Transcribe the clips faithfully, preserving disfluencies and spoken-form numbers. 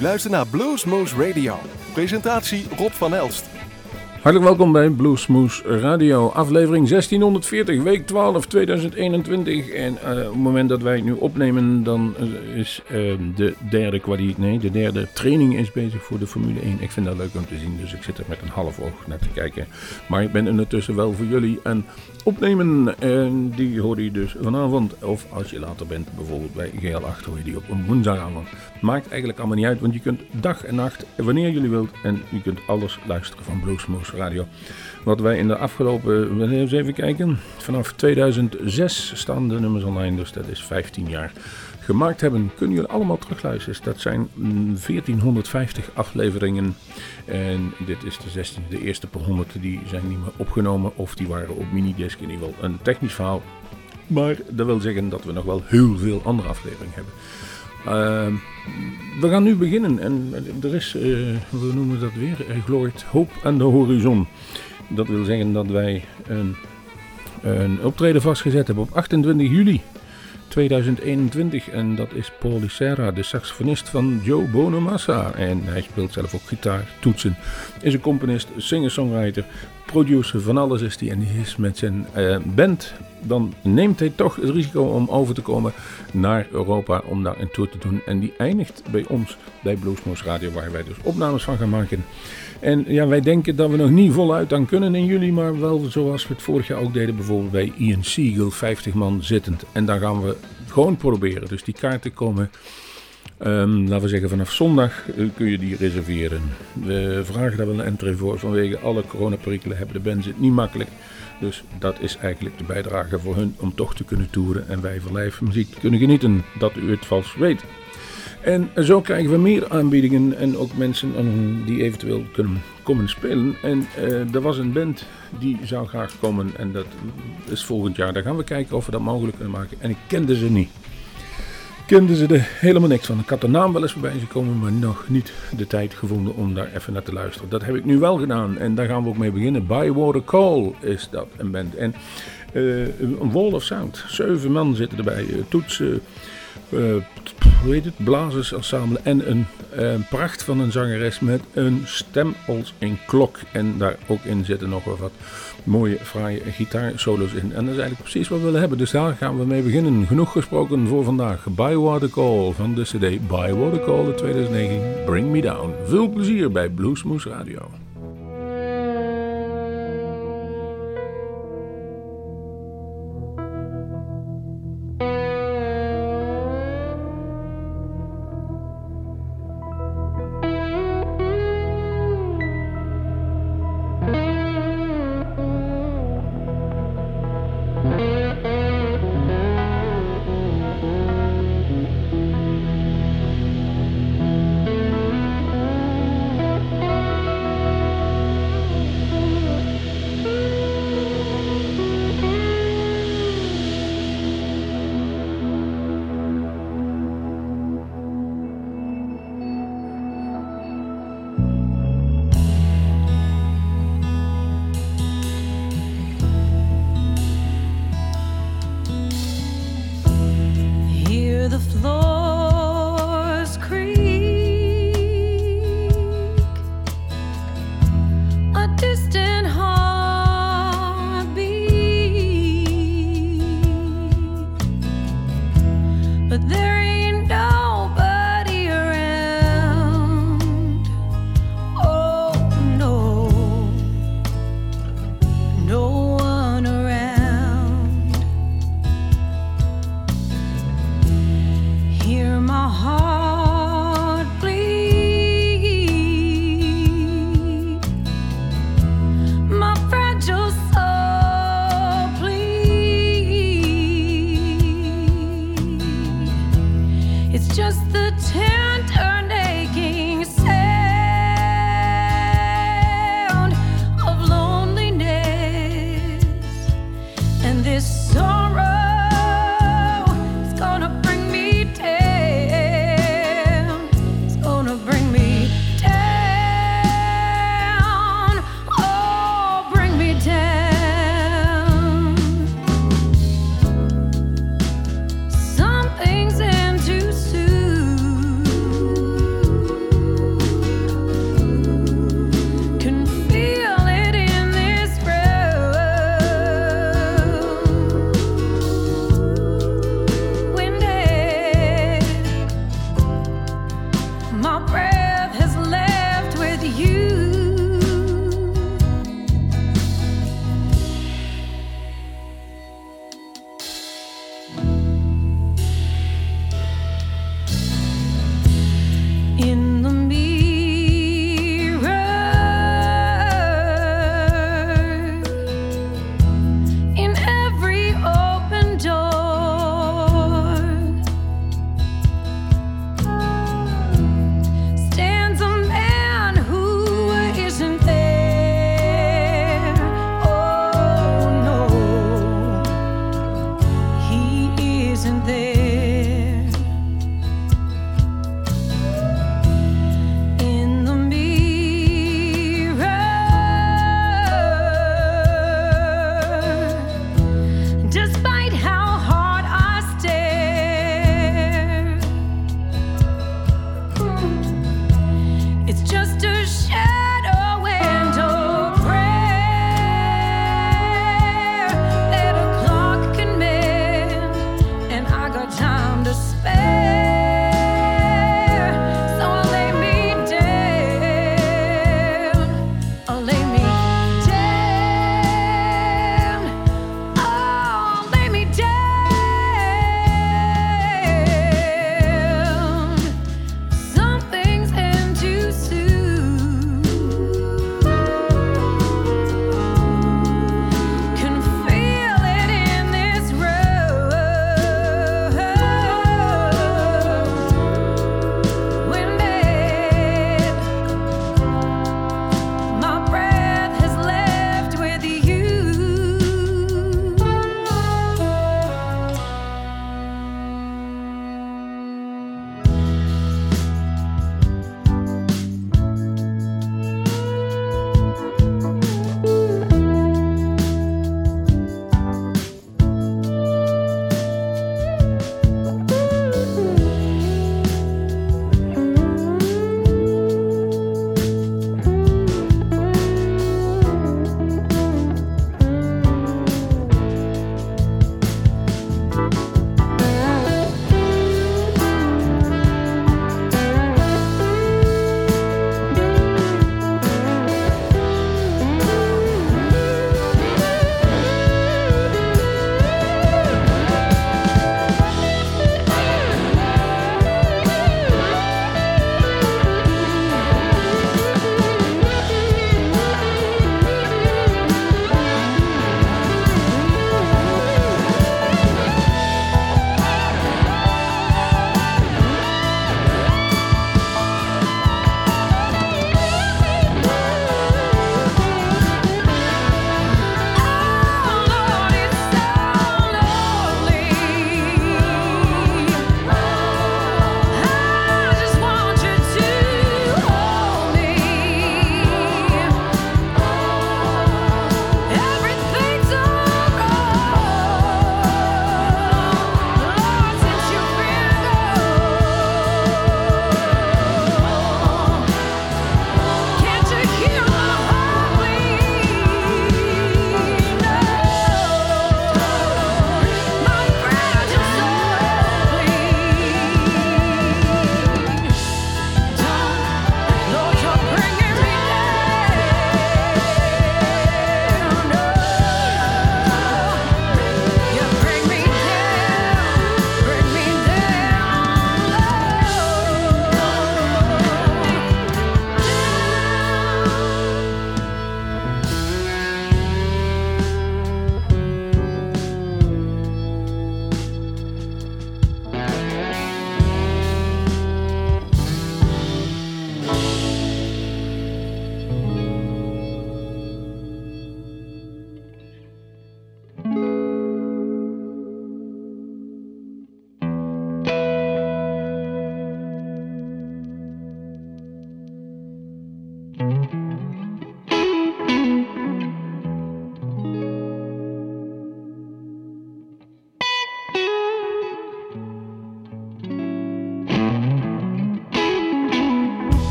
luistert naar Bluesmoose Radio. Presentatie Rob van Elst. Hartelijk welkom bij Bluesmoose Radio, aflevering zestienhonderdveertig, week twaalf, tweeduizend eenentwintig. En uh, op het moment dat wij het nu opnemen, dan is uh, de derde kwaliteit, nee, de derde training is bezig voor de Formule één. Ik vind dat leuk om te zien, dus ik zit er met een half oog naar te kijken. Maar ik ben ondertussen wel voor jullie aan opnemen. En die hoor je dus vanavond, of als je later bent, bijvoorbeeld bij G L acht, hoor je die op een woensdagavond. Maakt eigenlijk allemaal niet uit, want je kunt dag en nacht, wanneer jullie wilt, en je kunt alles luisteren van Bluesmoose Radio. Wat wij in de afgelopen, eens even kijken, vanaf tweeduizend zes staan de nummers online, dus dat is vijftien jaar gemaakt hebben. Kunnen jullie allemaal terugluisteren. Dat zijn veertienhonderdvijftig afleveringen. En dit is de zestiende, de eerste per honderd. Die zijn niet meer opgenomen of die waren op minidisc. In ieder geval een technisch verhaal. Maar dat wil zeggen dat we nog wel heel veel andere afleveringen hebben. Uh, we gaan nu beginnen en er is, uh, we noemen dat weer, er glooit hoop aan de horizon. Dat wil zeggen dat wij een, een optreden vastgezet hebben op achtentwintig juli tweeduizend eenentwintig. En dat is Paul Serra, de saxofonist van Joe Bonamassa. En hij speelt zelf ook gitaar, toetsen. Is een componist, singer-songwriter, producer, van alles is hij. En die is met zijn uh, band. Dan neemt hij toch het risico om over te komen naar Europa om daar een tour te doen. En die eindigt bij ons, bij Bluesmoose Radio, waar wij dus opnames van gaan maken. En ja, wij denken dat we nog niet voluit aan kunnen in juli, maar wel zoals we het vorig jaar ook deden, bijvoorbeeld bij Ian Siegel, vijftig man zittend. En daar gaan we gewoon proberen. Dus die kaarten komen, um, laten we zeggen vanaf zondag uh, kun je die reserveren. We vragen daar wel een entree voor, vanwege alle coronaperikelen hebben de bands het niet makkelijk. Dus dat is eigenlijk de bijdrage voor hun om toch te kunnen toeren en wij van live muziek kunnen genieten, dat u het vast weet. En zo krijgen we meer aanbiedingen en ook mensen die eventueel kunnen komen spelen. En uh, er was een band die zou graag komen en dat is volgend jaar. Daar gaan we kijken of we dat mogelijk kunnen maken. En ik kende ze niet. Kenden ze er helemaal niks van. Ik had de naam wel eens voorbij gekomen, maar nog niet de tijd gevonden om daar even naar te luisteren. Dat heb ik nu wel gedaan en daar gaan we ook mee beginnen. Bywater Call is dat een band. En uh, een wall of sound. Zeven man zitten erbij. Uh, toetsen, uh, hoe heet het? Blazers, ensemble en een uh, pracht van een zangeres met een stem als een klok. En daar ook in zitten nog wel wat mooie, fraaie gitaarsolo's in. En dat is eigenlijk precies wat we willen hebben. Dus daar gaan we mee beginnen. Genoeg gesproken voor vandaag. Bywater Call van de cd Bywater Call tweeduizend negentien. Bring Me Down. Veel plezier bij Bluesmoose Radio. Some things end too soon.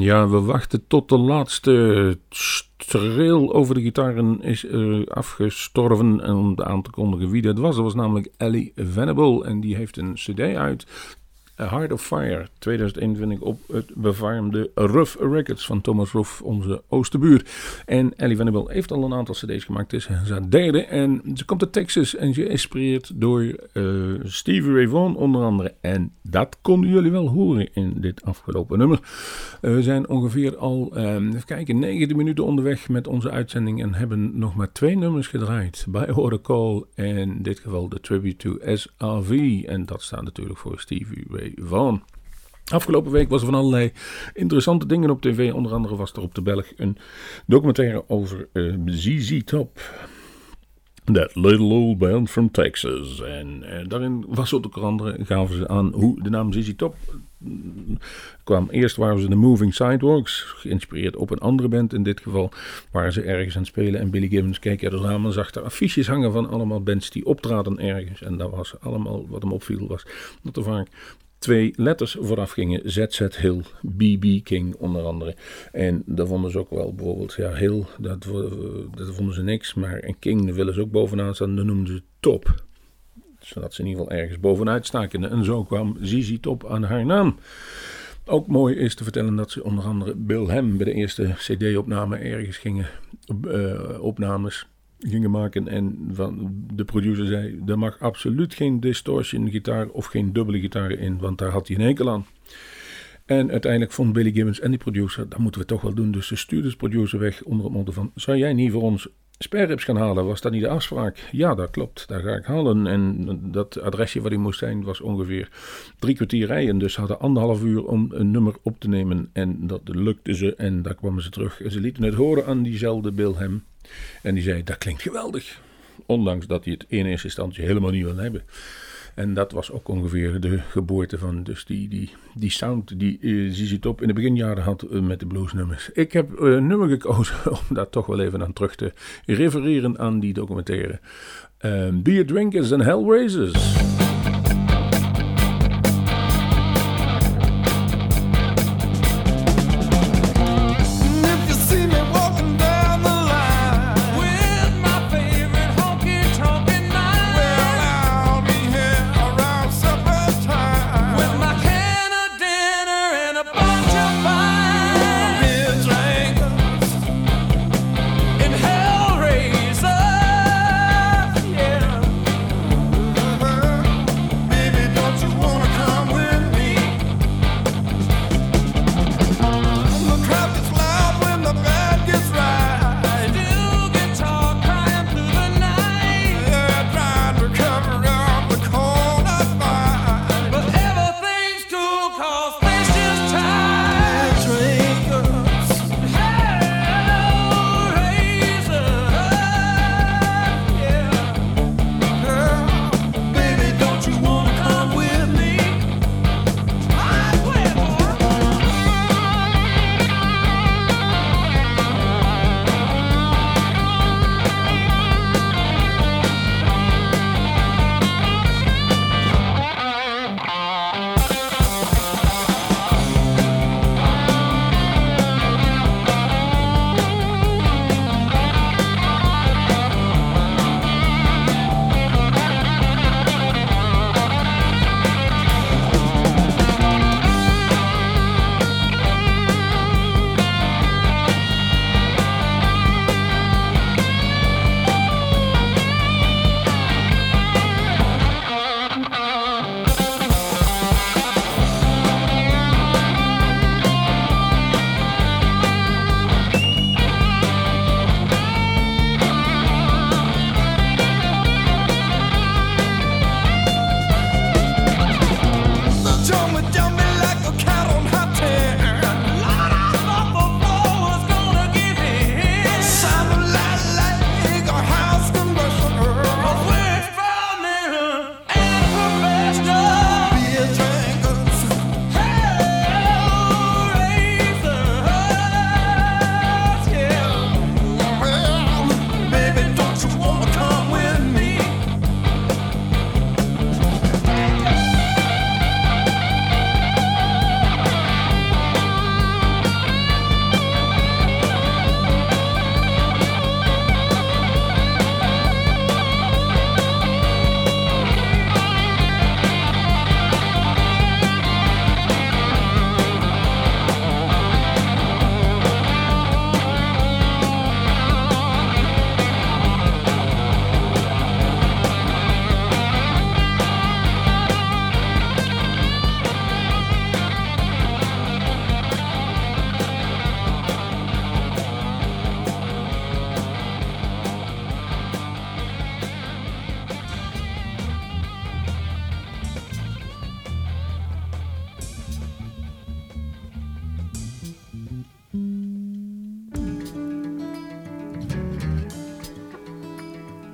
Ja, we wachten tot de laatste streel over de gitaren is uh, afgestorven. En om aan te kondigen wie dat was, dat was namelijk Ellie Venable. En die heeft een cd uit, A Heart of Fire, tweeduizend eenentwintig, op het befaamde Ruff Records van Thomas Ruff, onze oosterbuur. En Ellie Venable heeft al een aantal cd's gemaakt, het is zijn derde. En ze komt uit Texas en geïnspireerd door uh, Stevie Ray Vaughan onder andere. En dat konden jullie wel horen in dit afgelopen nummer. Uh, we zijn ongeveer al, uh, even kijken, negentien minuten onderweg met onze uitzending en hebben nog maar twee nummers gedraaid. By Order Call en in dit geval de Tribute to S R V. En dat staat natuurlijk voor Stevie Ray Vaughan. Afgelopen week was er van allerlei interessante dingen op tv. Onder andere was er op de Belg een documentaire over uh, Z Z Top. That little old band from Texas. En uh, daarin was ook onder andere, gaven ze aan hoe de naam Z Z Top kwam. Eerst waren ze de Moving Sidewalks, geïnspireerd op een andere band in dit geval. Waren ze ergens aan het spelen en Billy Gibbons keek er aan en zag er affiches hangen van allemaal bands die optraden ergens. En dat was allemaal wat hem opviel was dat er vaak twee letters vooraf gingen, Z Z Hill, B B King onder andere. En dat vonden ze ook wel bijvoorbeeld, ja, Hill, dat, dat vonden ze niks, maar en King, daar willen ze ook bovenaan staan, dat noemden ze Top. Zodat ze in ieder geval ergens bovenuit staken. En zo kwam Z Z Top aan haar naam. Ook mooi is te vertellen dat ze onder andere Bill Ham bij de eerste cd-opname ergens gingen, uh, opnames gingen maken en van de producer zei, er mag absoluut geen distortion gitaar of geen dubbele gitaar in, want daar had hij een hekel aan. En uiteindelijk vond Billy Gibbons en die producer, dat moeten we toch wel doen, dus ze stuurde de producer weg onder het motto van, zou jij niet voor ons spareribs gaan halen? Was dat niet de afspraak? Ja, dat klopt, daar ga ik halen. En dat adresje waar hij moest zijn was ongeveer drie kwartier rijden, dus ze hadden anderhalf uur om een nummer op te nemen en dat lukte ze en daar kwamen ze terug. En ze lieten het horen aan diezelfde Bill Ham. En die zei, dat klinkt geweldig. Ondanks dat hij het in eerste instantie helemaal niet wil hebben. En dat was ook ongeveer de geboorte van dus die, die, die sound die uh, Z Z Top in de beginjaren had uh, met de bluesnummers. Ik heb uh, een nummer gekozen om daar toch wel even aan terug te refereren aan die documentaire. Uh, Beer Drinkers and Hellraisers. Hellraiser, yeah.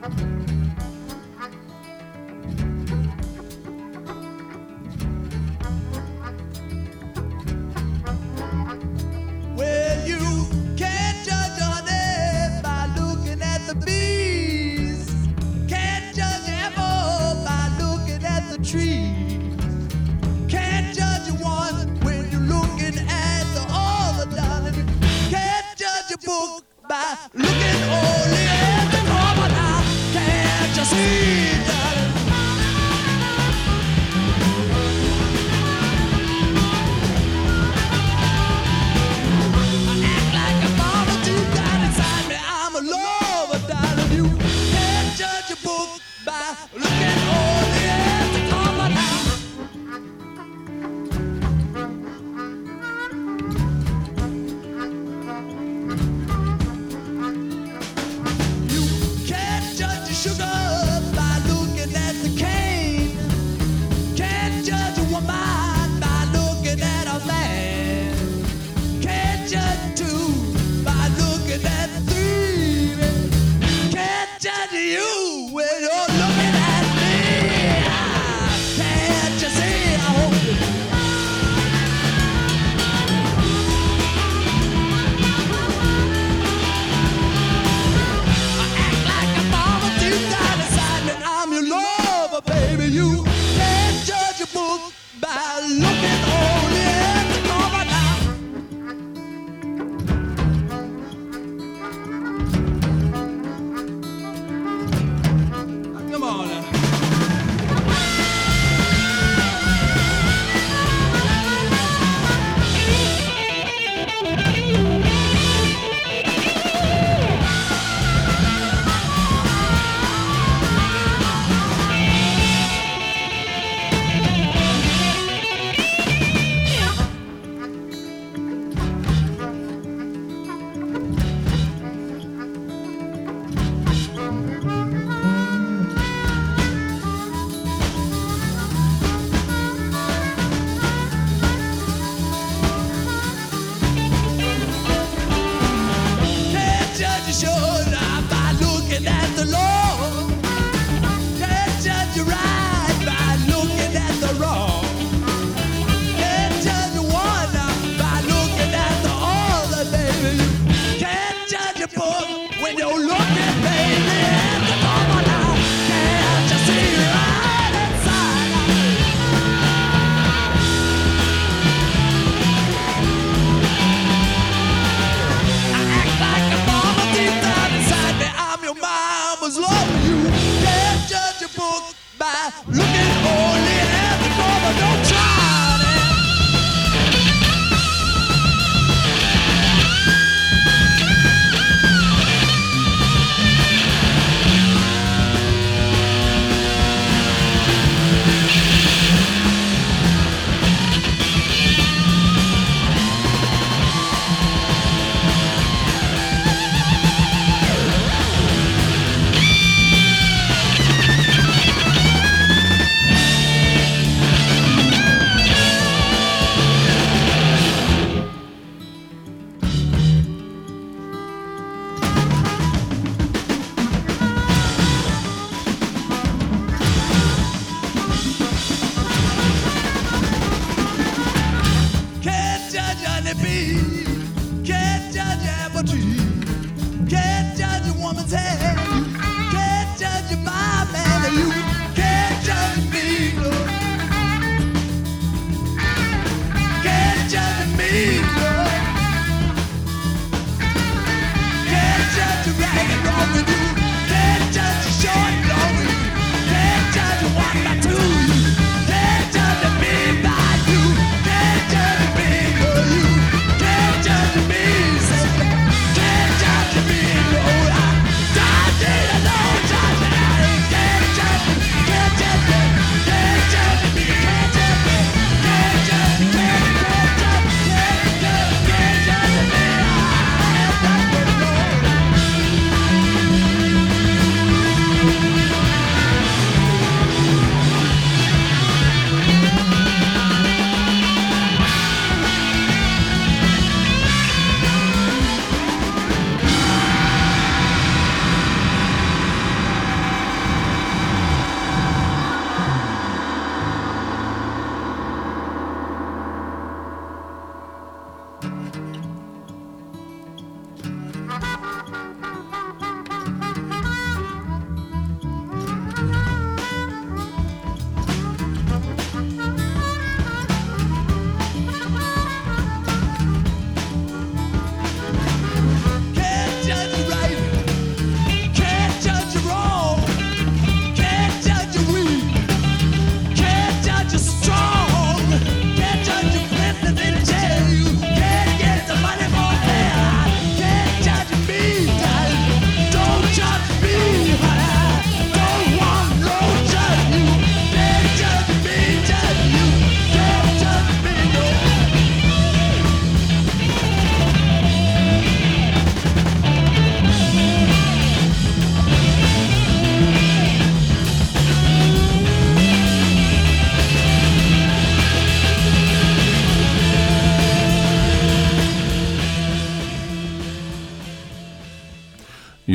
Can't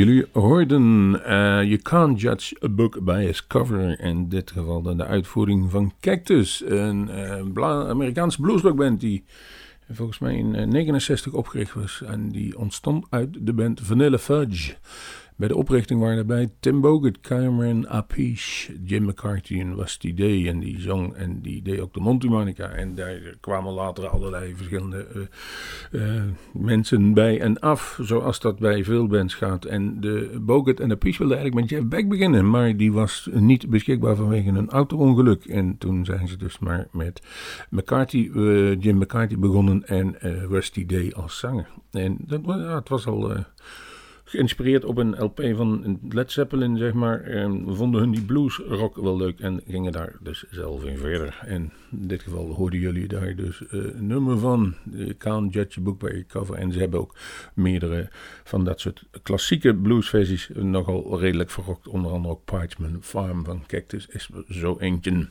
jullie hoorden uh, You Can't Judge a Book by Its Cover. In dit geval dan de uitvoering van Cactus, een uh, bla- Amerikaanse bluesrockband die volgens mij in negentien negenenzestig opgericht was. En die ontstond uit de band Vanilla Fudge. Bij de oprichting waren erbij Tim Bogut, Cameron Appice, Jim McCarthy was die deed en die zong en die deed ook de mondharmonica. En daar kwamen later allerlei verschillende uh, uh, mensen bij en af, zoals dat bij veel bands gaat. En de Bogut en Appice wilden eigenlijk met Jeff Beck beginnen, maar die was niet beschikbaar vanwege een auto-ongeluk. En toen zijn ze dus maar met McCarthy, uh, Jim McCarthy begonnen en uh, Rusty Day als zanger. En dat was, ja, het was al... Uh, geïnspireerd op een L P van Led Zeppelin, zeg maar. En we vonden hun die bluesrock wel leuk en gingen daar dus zelf in verder. En in dit geval hoorden jullie daar dus uh, een nummer van. You Can't Judge a Book by Its Cover. En ze hebben ook meerdere van dat soort klassieke bluesversies nogal redelijk verrokt. Onder andere ook Parchment Farm van Cactus is zo eentje.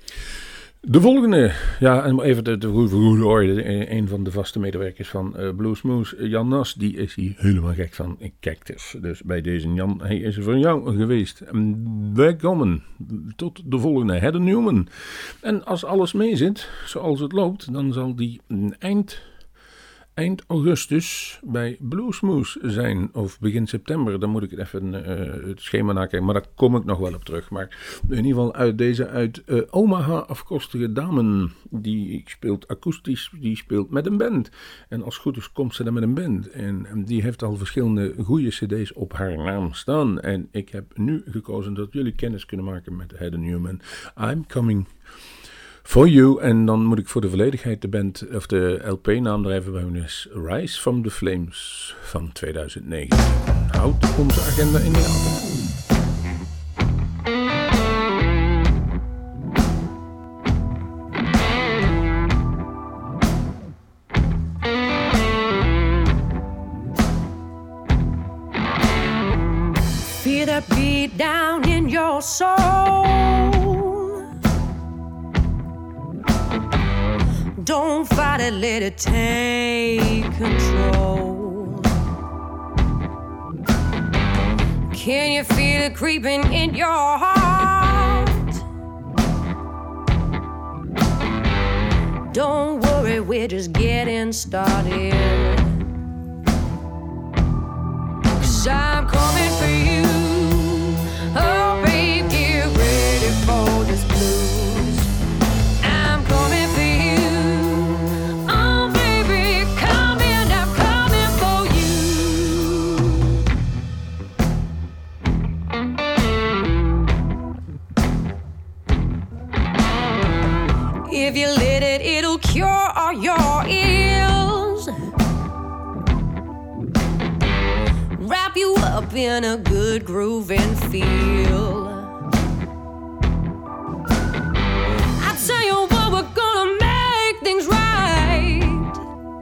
De volgende, ja, en even de, de goede orde, een van de vaste medewerkers van uh, Bluesmoose, Jan Nas, die is hier helemaal gek van Cactus. Dus bij deze Jan, hij is er voor jou geweest. Wij komen tot de volgende, Heather Newman. En als alles mee zit, zoals het loopt, dan zal die eind... Eind augustus bij Bluesmoose zijn, of begin september, dan moet ik het even uh, het schema nakijken, maar daar kom ik nog wel op terug. Maar in ieder geval uit deze uit uh, Omaha afkomstige dame, die speelt akoestisch, die speelt met een band. En als het goed is komt ze dan met een band. En, en die heeft al verschillende goede cd's op haar naam staan. En ik heb nu gekozen dat jullie kennis kunnen maken met Heather Newman. I'm Coming For You, en dan moet ik voor de volledigheid de band, of de L P-naam er even bij doen, is Rise From The Flames van tweeduizend negen. Houd onze agenda in de gaten. Feel that beat down in your soul. Don't fight it, let it take control. Can you feel it creeping in your heart? Don't worry, we're just getting started. 'Cause I'm coming for you. Oh, babe, get ready for this blues. I'm coming for you. If you let it, it'll cure all your ills. Wrap you up in a good groove and feel. I tell you what, we're gonna make things right.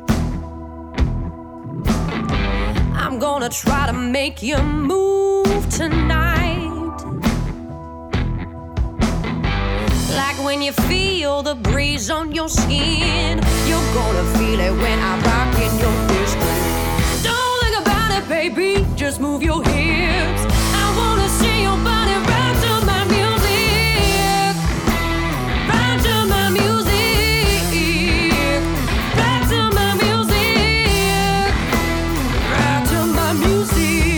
I'm gonna try to make you move tonight. Like when you feel the breeze on your skin, you're gonna feel it when I rock in your wrist. Don't think about it, baby, just move your hips. I wanna see your body rock to my music. Rock to my music. Rock to my music. Rock to my music.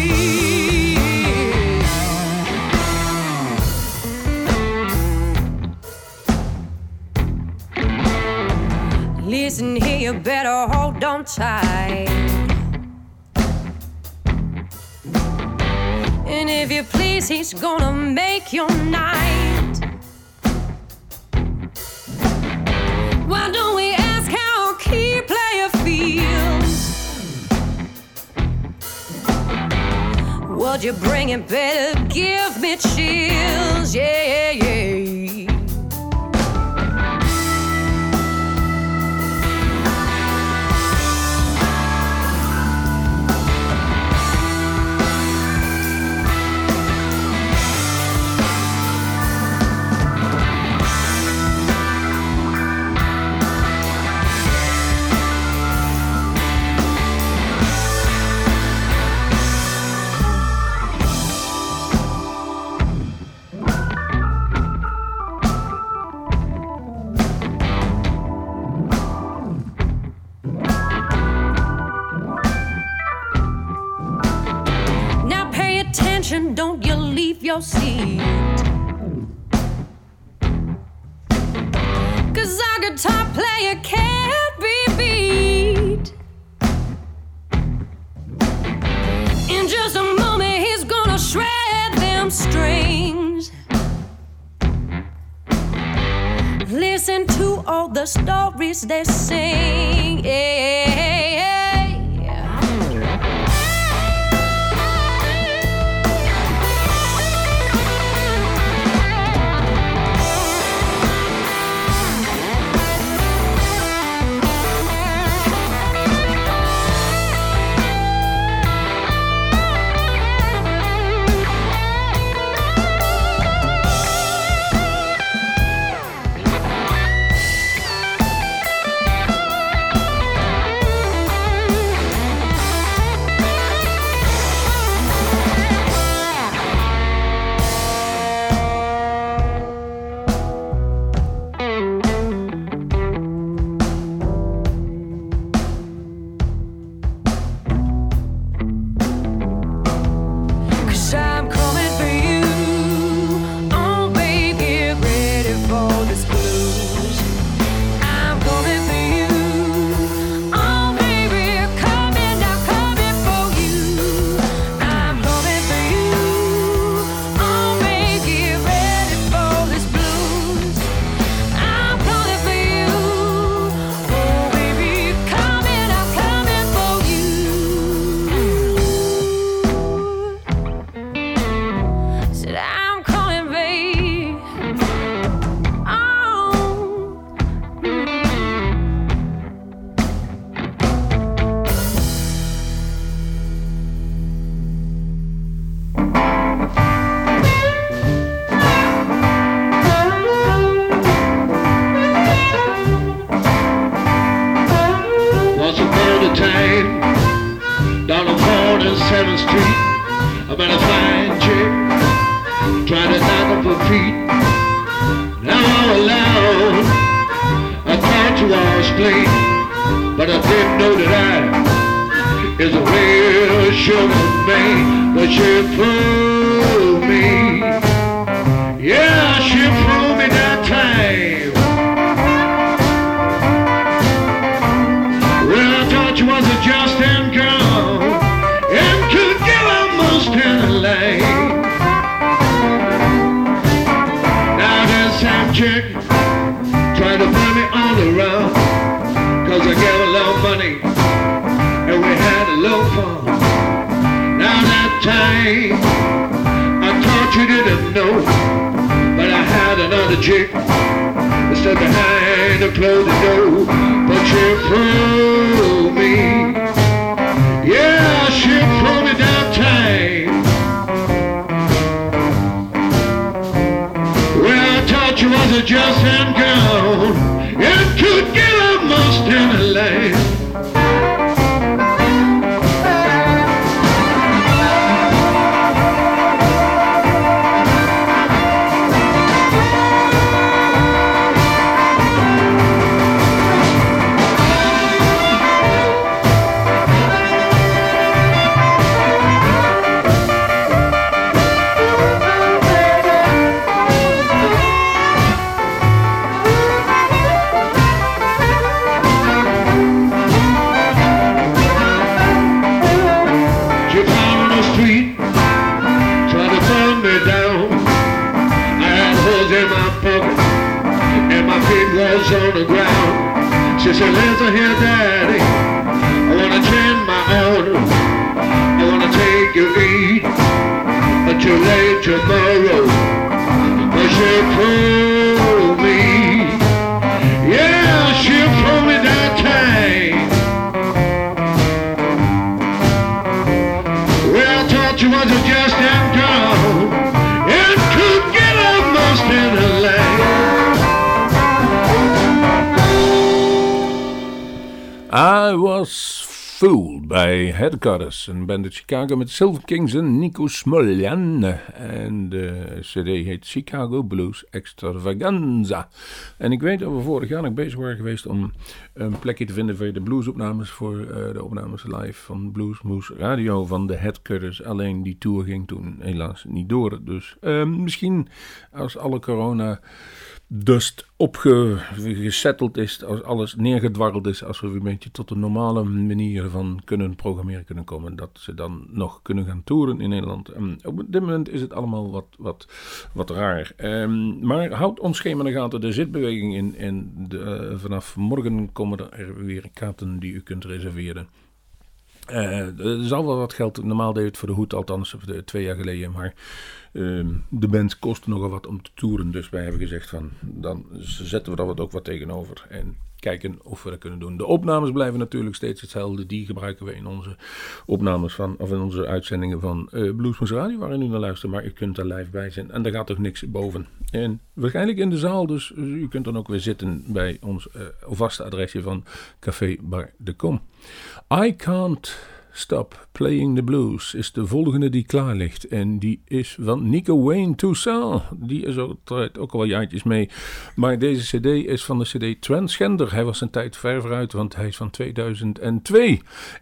Listen here, you better hold on tight. And if you please, he's gonna make your night. Why don't we ask how a key player feels? Would you bring it better? Give me chills, yeah, yeah, yeah. seat. 'Cause our guitar player can't be beat. In just a moment he's gonna shred them strings. Listen to all the stories they sing. Yeah. Fool bij Headcutters, een band uit Chicago met Silver Kings en Nico Smoljan. En de cd heet Chicago Blues Extravaganza. En ik weet dat we vorig jaar nog bezig waren geweest om een plekje te vinden voor de bluesopnames, voor uh, de opnames live van Bluesmoose Radio van de Headcutters. Alleen die tour ging toen helaas niet door. Dus uh, misschien als alle corona dust opgesetteld is, als alles neergedwarreld is, als we weer een beetje tot de normale manier van kunnen programmeren kunnen komen, dat ze dan nog kunnen gaan toeren in Nederland. En op dit moment is het allemaal wat, wat, wat raar. Um, maar houd ons schema in de gaten, er zit beweging in en de, uh, vanaf morgen komen er weer kaarten die u kunt reserveren. Uh, er zal wel wat geld, normaal deed het voor de hoed, althans de, twee jaar geleden, maar uh, de band kostte nogal wat om te toeren, dus wij hebben gezegd van, dan zetten we daar wat ook wat tegenover en kijken of we dat kunnen doen. De opnames blijven natuurlijk steeds hetzelfde, die gebruiken we in onze opnames van, of in onze uitzendingen van uh, Bluesmoose Radio, waarin u naar luistert, maar u kunt er live bij zijn en daar gaat toch niks boven. En waarschijnlijk in de zaal, dus u kunt dan ook weer zitten bij ons uh, vaste adresje van Café Bar de Kom. I Can't Stop Playing the Blues is de volgende die klaar ligt. En die is van Nico Wayne Toussaint. Die is ook, ook al wel jaartjes mee. Maar deze cd is van de cd Transgender. Hij was een tijd ver vooruit, want hij is van tweeduizend twee.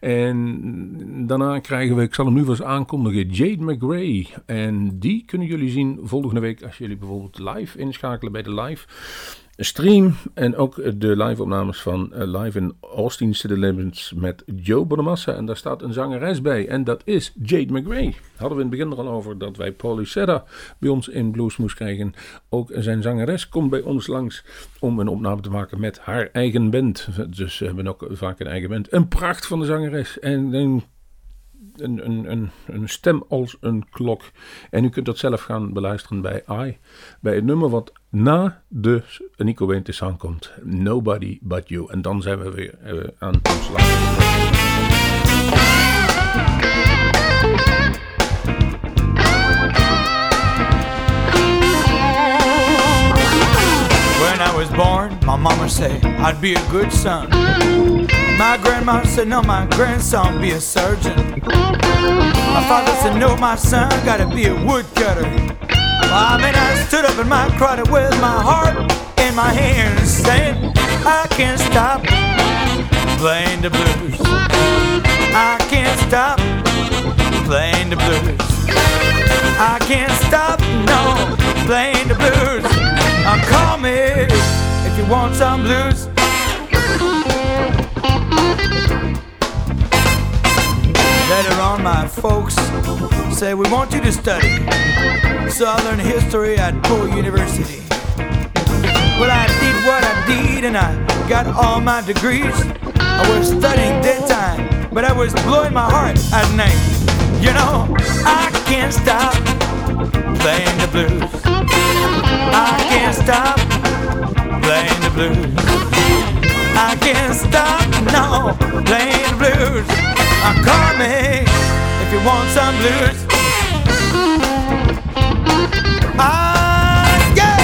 En daarna krijgen we, ik zal hem nu wel eens aankondigen, Jade McRae. En die kunnen jullie zien volgende week als jullie bijvoorbeeld live inschakelen bij de live stream en ook de live-opnames van uh, Live in Austin City Limits met Joe Bonamassa. En daar staat een zangeres bij en dat is Jade McRae. Hadden we in het begin er al over dat wij Paulie Sedda bij ons in Bluesmoose krijgen. Ook zijn zangeres komt bij ons langs om een opname te maken met haar eigen band. Dus we hebben ook vaak een eigen band. Een pracht van de zangeres en een Een, een, een, een stem als een klok. En u kunt dat zelf gaan beluisteren bij I. Bij het nummer wat na de Nico Wayne Toussaint komt. Nobody But You. En dan zijn we weer uh, aan het slag. When I was born, my mama said I'd be a good son. My grandma said, no, my grandson be a surgeon. My father said, no, my son gotta be a woodcutter. Well, I mean, I stood up and I cried it with my heart in my hands, saying, I can't stop playing the blues. I can't stop playing the blues. I can't stop, no, playing the blues. Now call me if you want some blues. Later on, my folks say, we want you to study Southern history at Poole University. Well, I did what I did and I got all my degrees. I was studying daytime, but I was blowing my heart at night. You know, I can't stop playing the blues. I can't stop playing the blues. I can't stop, no, playing the blues. Now call me if you want some blues. Ah, yeah.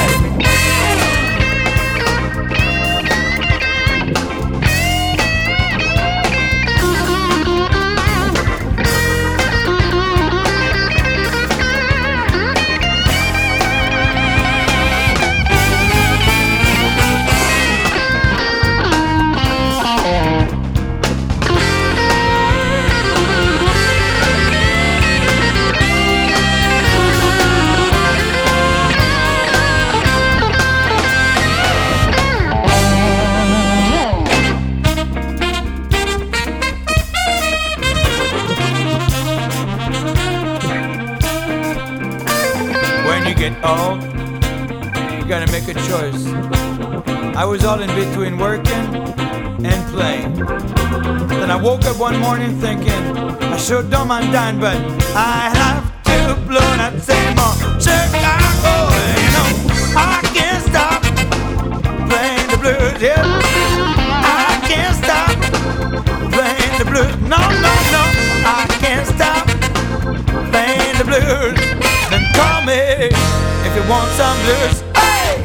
old, you gotta make a choice. I was all in between working and playing. Then I woke up one morning thinking, I sure don't mind dying, but I have to blow that same old Chicago. You know, I can't stop playing the blues, yeah. I can't stop playing the blues. No, no, no, I can't stop playing the blues. Then call me if you want some blues. Hey!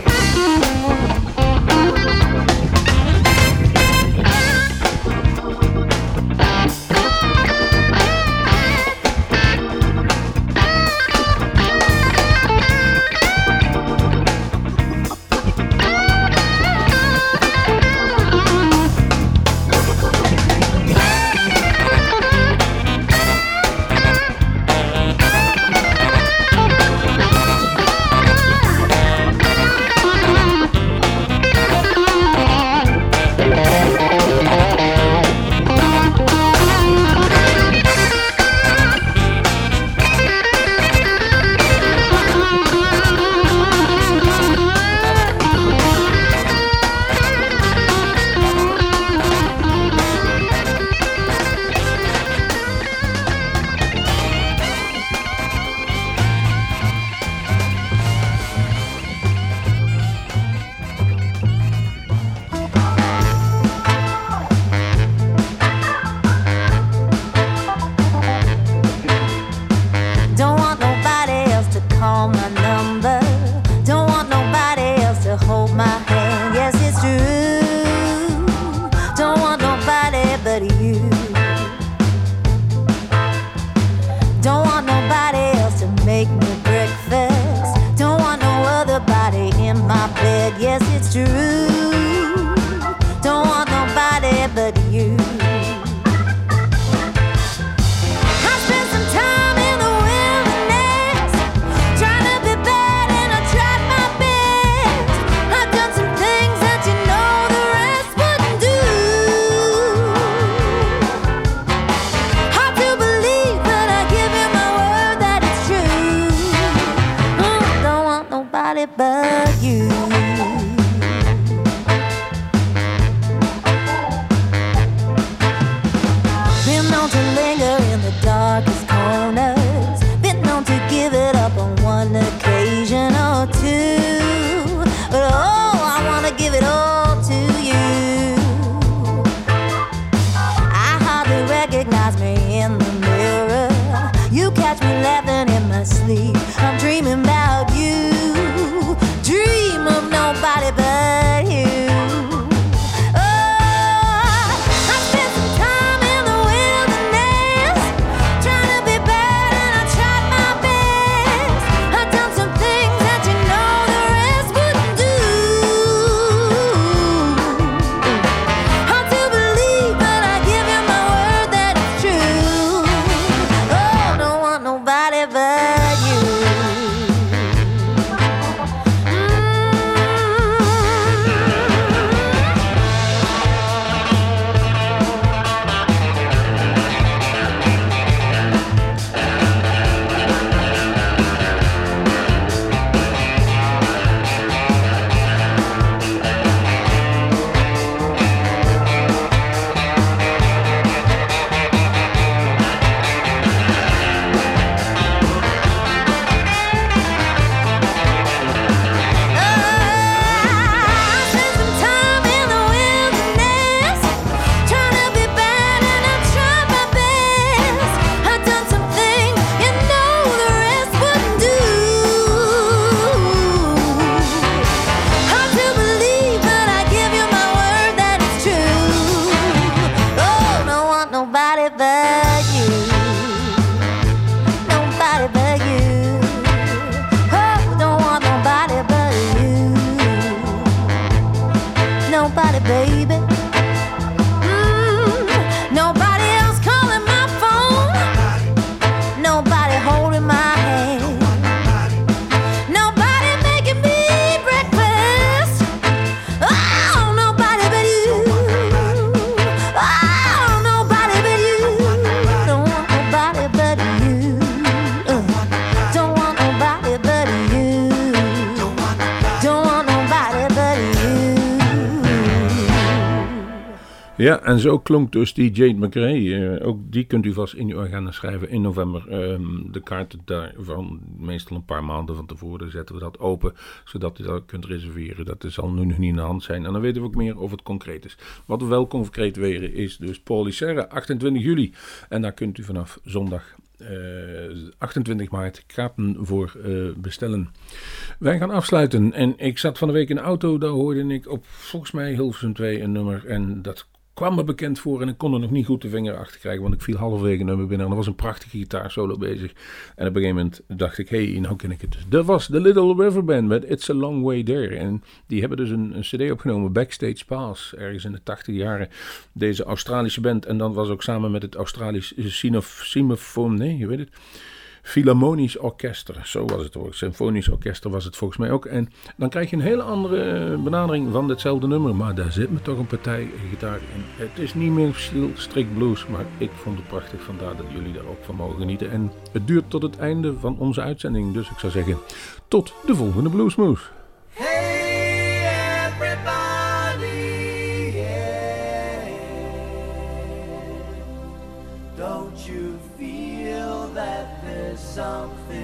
yes, it's true. Don't want nobody but you. But you. Been known to linger in the darkest corners. Been known to give it up on one occasion or two. But oh, I wanna give it all to you. I hardly recognize me in the mirror. You catch me laughing in my sleep. I'm dreaming about you. Dream of nobody but you. Oh, I spent some time in the wilderness, trying to be bad and I tried my best. I've done some things that you know the rest wouldn't do. Hard to believe, but I give you my word that it's true. Oh, don't want nobody but you. Ja, en zo klonk dus die Jade McRae. Uh, ook die kunt u vast in uw agenda schrijven in november. Um, de kaarten daarvan, meestal een paar maanden van tevoren, zetten we dat open, zodat u dat kunt reserveren. Dat zal nu nog niet in de hand zijn. En dan weten we ook meer of het concreet is. Wat we wel concreet weten is dus Paul Serra, achtentwintig juli. En daar kunt u vanaf zondag Uh, achtentwintig maart kaarten voor uh, bestellen. Wij gaan afsluiten. En ik zat van de week in de auto. Daar hoorde ik op volgens mij Hilversum twee een nummer. En dat kwam me bekend voor. En ik kon er nog niet goed de vinger achter krijgen. Want ik viel halverwege een nummer binnen. En er was een prachtige gitaarsolo bezig. En op een gegeven moment dacht ik. Hé, hey, nou ken ik het dus. Dat was The Little River Band met It's a Long Way There. En die hebben dus een, een cd opgenomen. Backstage Pass. Ergens in de tachtig jaren. Deze Australische band. En dan was ook samen met het Australische Sinofoon. Nee, je weet het. Philharmonisch Orkester, zo was het hoor. Symfonisch Orkester was het volgens mij ook. En dan krijg je een hele andere benadering van ditzelfde nummer. Maar daar zit me toch een partij gitaar in. Het is niet meer stil, strikt blues, maar ik vond het prachtig. Vandaar dat jullie daar ook van mogen genieten. En het duurt tot het einde van onze uitzending. Dus ik zou zeggen, tot de volgende Bluesmoose. Hey everybody, yeah. Don't you feel that there's something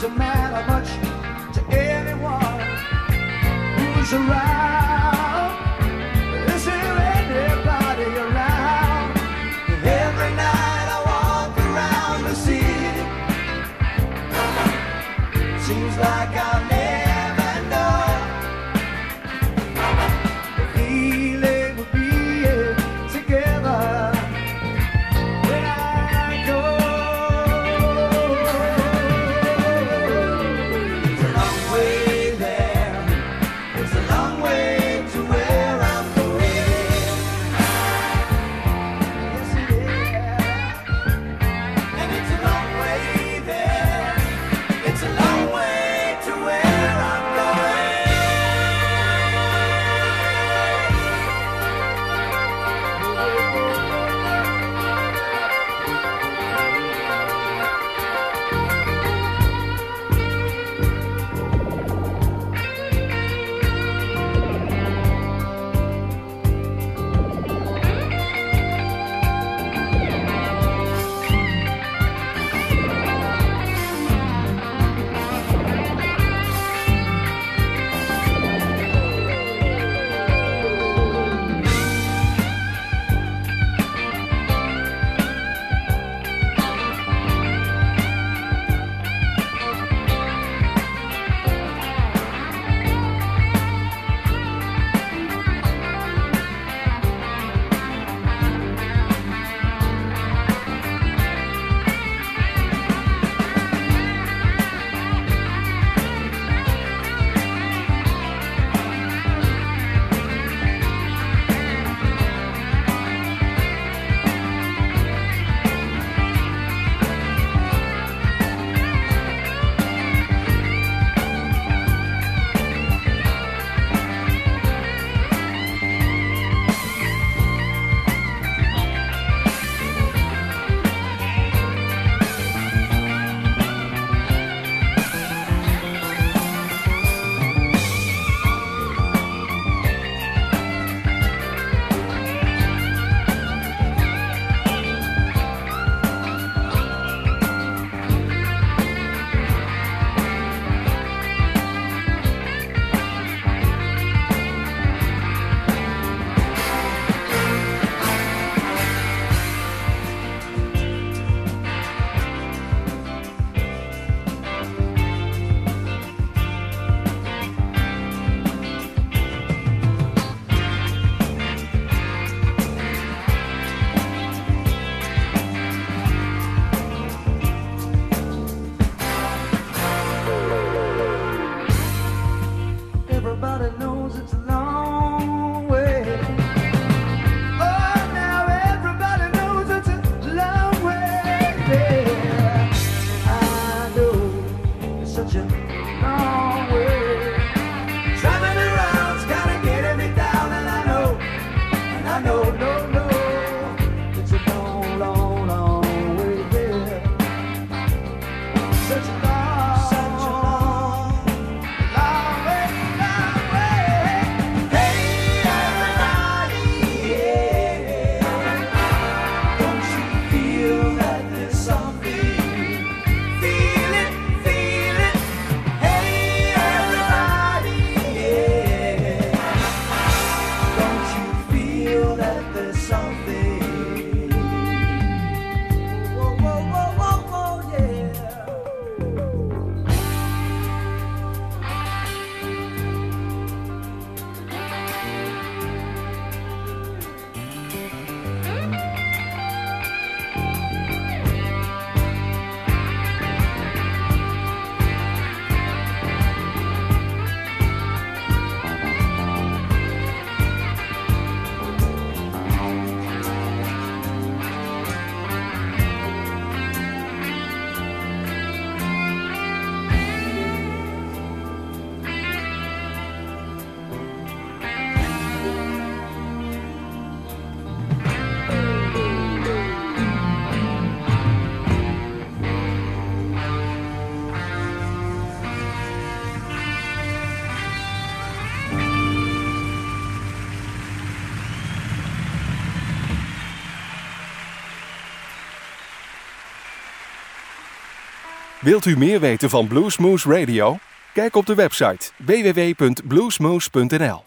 doesn't matter much to anyone who's around. Is there anybody around? Every night I walk around the city, seems like I'll never know the feeling we'll be together when I go. It's a long way there, it's a long way to where I'm going. Yes it is, and it's a long way there, it's a long way to where Wilt u meer weten van Bluesmoose Radio? Kijk op de website w w w punt bluesmoose punt n l.